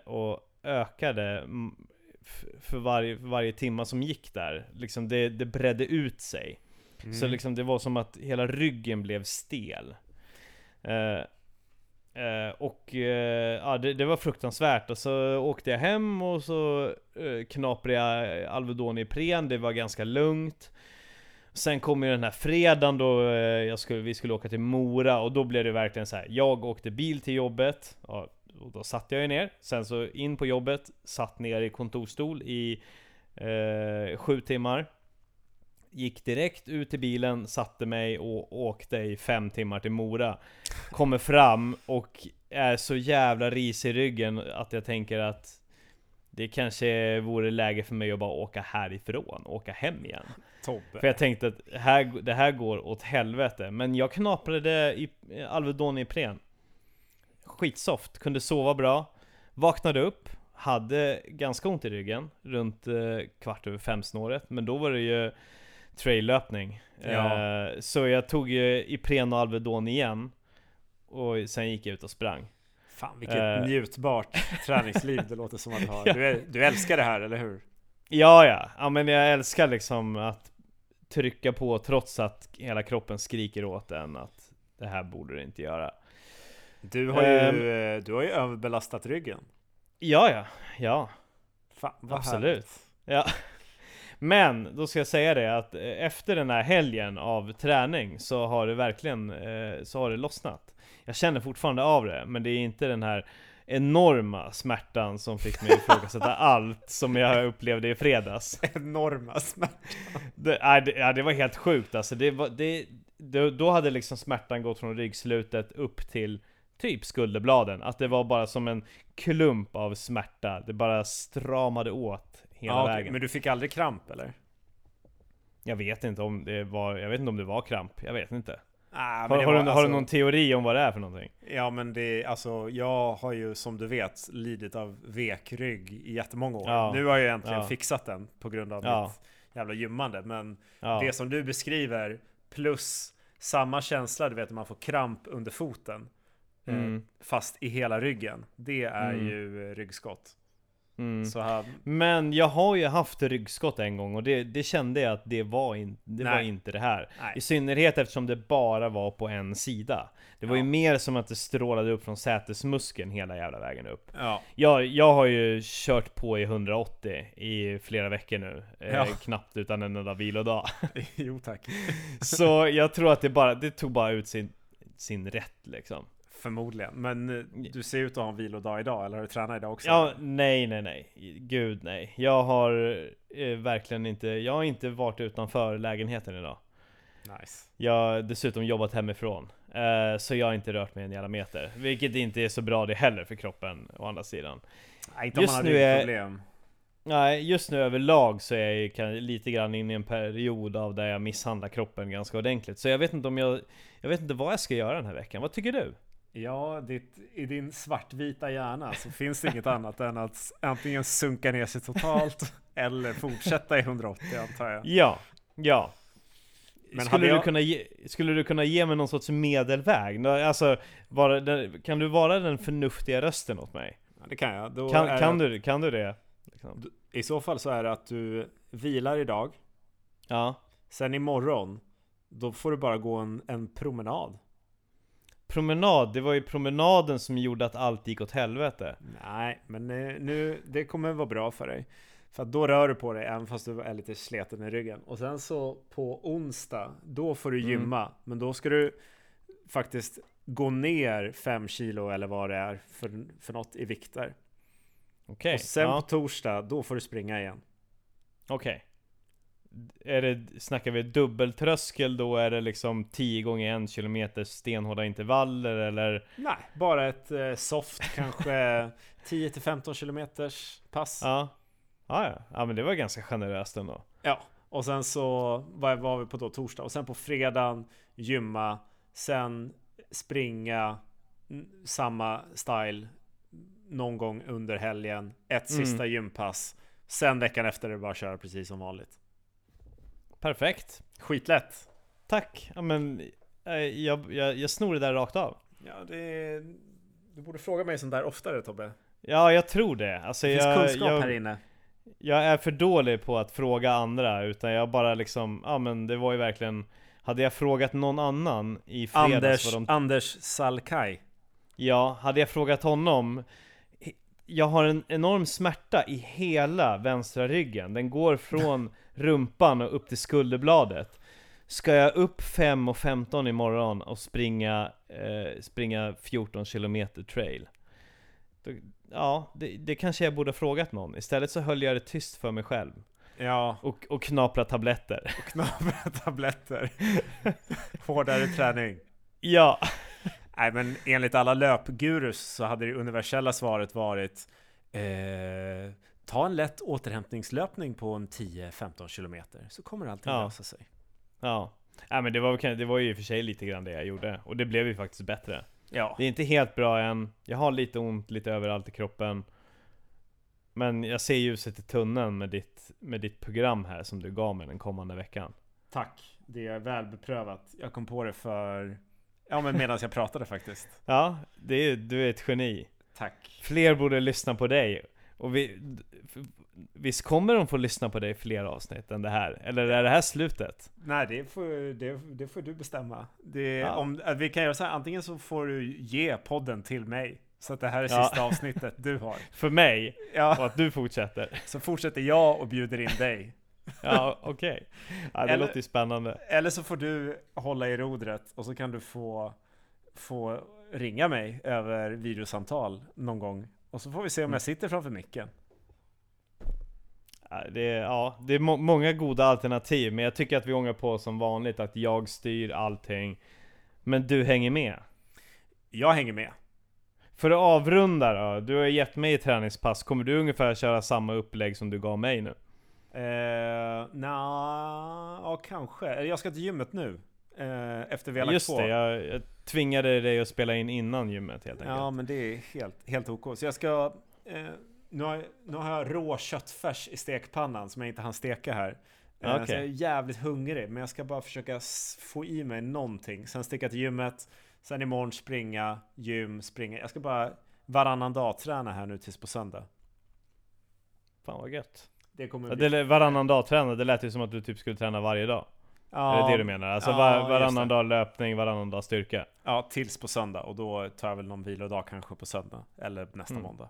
för varje timma som gick där. Liksom det bredde ut sig. Så liksom det var som att hela ryggen blev stel. Det var fruktansvärt. Och så åkte jag hem och så knaprade jag Alvedon i Ipren. Det var ganska lugnt. Sen kom ju den här fredagen då vi skulle åka till Mora. Och då blev det verkligen så här: jag åkte bil till jobbet. Och då satt jag ju ner. Sen så in på jobbet, satt ner i kontorstol i 7 timmar. Gick direkt ut till bilen, satte mig och åkte i 5 timmar till Mora. Kommer fram och är så jävla ris i ryggen att jag tänker att det kanske vore läge för mig att bara åka härifrån, åka hem igen. Tobbe. För jag tänkte att det här går åt helvete. Men jag knaprade i Alvedon i Ipren. Skitsoft, kunde sova bra. Vaknade upp, hade ganska ont i ryggen runt 4:15 snåret. Men då var det ju traillöpning. Så jag tog ju Ipren och Alvedon igen. Och sen gick jag ut och sprang. Fan, vilket njutbart träningsliv det låter som att du har. Ja. Du älskar det här, eller hur? Ja, men jag älskar liksom att trycka på trots att hela kroppen skriker åt en att det här borde du inte göra. Du har ju överbelastat ryggen. Ja, Fan, vad absolut. härligt. Ja. Men då ska jag säga det att efter den här helgen av träning så har det verkligen så har det lossnat. Jag känner fortfarande av det, men det är inte den här enorma smärtan som fick mig ifrågasätta allt som jag upplevde i fredags. Enorma smärtan. Det var helt sjukt alltså. Då hade liksom smärtan gått från ryggslutet upp till typ skulderbladen. Att det var bara som en klump av smärta. Det bara stramade åt hela vägen. Men du fick aldrig kramp, eller? Jag vet inte om det var kramp. Jag vet inte. Har du någon teori om vad det är för någonting? Ja, men jag har ju, som du vet, lidit av vekrygg i jättemånga år. Ja. Nu har jag äntligen fixat den på grund av mitt jävla gymmande. Men Ja. det som du beskriver plus samma känsla, du vet, när man får kramp under foten fast i hela ryggen, det är ju ryggskott. Så här. Men jag har ju haft ryggskott en gång och det kände jag att det var inte det här. Nej. I synnerhet eftersom det bara var på en sida. Det var ju mer som att det strålade upp från sätesmuskeln hela jävla vägen upp. Jag har ju kört på i 180 i flera veckor nu. Knappt utan en enda vilodag. Jo tack. Så jag tror att det tog bara ut sin rätt liksom. Förmodligen. Men du ser ut att ha en vilodag idag, eller har du tränat idag också? Ja, nej. Gud nej. Jag har verkligen inte. Jag har inte varit utanför lägenheten idag. Nice. Jag har dessutom jobbat hemifrån. Så jag har inte rört mig en jävla meter. Vilket inte är så bra det heller för kroppen, å andra sidan. Nej, inte om man har problem. Nej, just nu överlag så är jag lite grann inne i en period av där jag misshandlar kroppen ganska ordentligt. Så jag vet inte vad jag ska göra den här veckan. Vad tycker du? Ja, i din svartvita hjärna så finns det inget annat än att antingen sunka ner sig totalt eller fortsätta i 180, antar jag. Ja. Men skulle du kunna ge mig någon sorts medelväg? Alltså, kan du vara den förnuftiga rösten åt mig? Ja, det kan jag. Kan du det? Liksom. I så fall så är det att du vilar idag. Ja. Sen imorgon, då får du bara gå en promenad. Promenad, det var ju promenaden som gjorde att allt gick åt helvete. Nej, men nu det kommer vara bra för dig. För att då rör du på dig även fast du är lite sleten i ryggen. Och sen så på onsdag, då får du gymma. Men då ska du faktiskt gå ner 5 kilo eller vad det är för något i vikter. Okej. Och sen på torsdag, då får du springa igen. Okej. Snackar vi dubbeltröskel då? Är det liksom 10 gånger 1 kilometer stenhårda intervaller eller? Nej, bara ett soft kanske 10-15 kilometers pass. Ja, men det var ganska generöst ändå. Ja, och sen så var vi på då torsdag. Och sen på fredagen gymma. Sen springa samma style någon gång under helgen. Ett sista gympass. Sen veckan efter det bara köra precis som vanligt. Perfekt. Skitlätt. Tack. Ja, men jag snor det där rakt av. Ja, du borde fråga mig sånt där oftare, Tobbe. Ja, jag tror det. Alltså, det finns kunskap här inne. Jag är för dålig på att fråga andra, utan jag bara liksom, men det var ju verkligen, hade jag frågat någon annan i fredags Anders Salkai. Ja, hade jag frågat honom, jag har en enorm smärta i hela vänstra ryggen. Den går från rumpan och upp till skulderbladet. Ska jag upp 5:15 imorgon och springa 14 kilometer trail? Ja, det kanske jag borde ha frågat någon. Istället så höll jag det tyst för mig själv. Ja. Och knapra tabletter. Hårdare träning. Ja. Nej, men enligt alla löpgurus så hade det universella svaret varit ta en lätt återhämtningslöpning på en 10-15 kilometer så kommer allting lösa sig. Ja, men det var ju i och för sig lite grann det jag gjorde. Och det blev ju faktiskt bättre. Ja. Det är inte helt bra än. Jag har lite ont lite överallt i kroppen. Men jag ser ljuset i tunneln med ditt program här som du gav mig den kommande veckan. Tack, det är väl beprövat. Jag kom på det för Ja, men medan jag pratade faktiskt. Ja, du är ett geni. Tack. Fler borde lyssna på dig. Och visst kommer de få lyssna på dig fler avsnitt än det här? Eller är det här slutet? Nej, det får du bestämma. Ja. Om vi kan göra så här, antingen så får du ge podden till mig. Så att det här är sista avsnittet du har. För mig? Ja. Och att du fortsätter? Så fortsätter jag och bjuder in dig. Ja, okej. Ja, det låter ju spännande. Eller så får du hålla i rodret och så kan du få ringa mig över videosamtal någon gång. Och så får vi se om jag sitter framför micken. Det är många goda alternativ, men jag tycker att vi ångar på som vanligt att jag styr allting. Men du hänger med. Jag hänger med. För att avrunda då, du har gett mig ett träningspass. Kommer du ungefär köra samma upplägg som du gav mig nu? Ja, kanske. Jag ska till gymmet nu. Efter vi har lagt just på. det, jag tvingade dig att spela in innan gymmet helt enkelt. Ja, men det är helt ok. Så jag ska... Nu har jag rå köttfärs i stekpannan som jag inte hann steka här. Okay. Så jag är jävligt hungrig, men jag ska bara försöka få i mig någonting. Sen sticka till gymmet. Sen imorgon springa. Jag ska bara varannan dag träna här nu tills på söndag. Fan vad gött. Det kommer varannan dag träna, det lät ju som att du typ skulle träna varje dag. Ja, är det det du menar? Alltså varannan dag löpning, varannan dag styrka. Ja, tills på söndag. Och då tar jag väl någon vilodag kanske på söndag. Eller nästa måndag.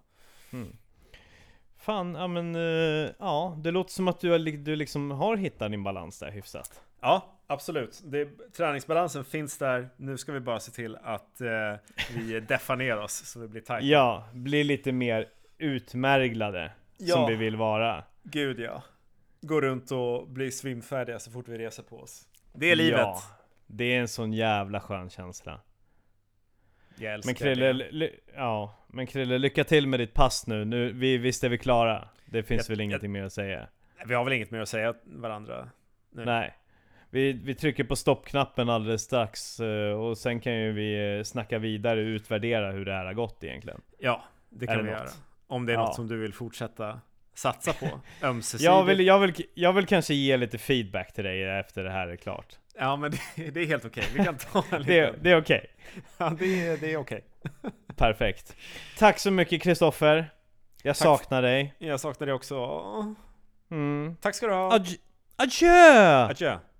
Fan, ja men det låter som att du liksom har hittat din balans där hyfsat. Ja, absolut. Träningsbalansen finns där. Nu ska vi bara se till att vi deffar ner oss så vi blir tajta. Ja, blir lite mer utmärglade som vi vill vara. Gud ja. Gå runt och bli svimfärdiga så fort vi reser på oss. Det är livet. Ja, det är en sån jävla skön känsla. Jag älskar men Krille, lycka till med ditt pass nu. Visst är vi klara. Det finns väl ingenting mer att säga. Vi har väl inget mer att säga varandra nu. Nej. Vi trycker på stoppknappen alldeles strax och sen kan ju vi snacka vidare och utvärdera hur det här har gått egentligen. Ja, det kan vi göra. Om det är något som du vill fortsätta satsa på. Jag vill kanske ge lite feedback till dig efter det här är klart. Ja, men det är helt okej. Vi kan ta en lite. Det är okej. Ja, det är okej. Perfekt. Tack så mycket Kristoffer. Jag saknar dig. Jag saknar dig också. Mm. Tack ska du ha. Adjö! Adjö.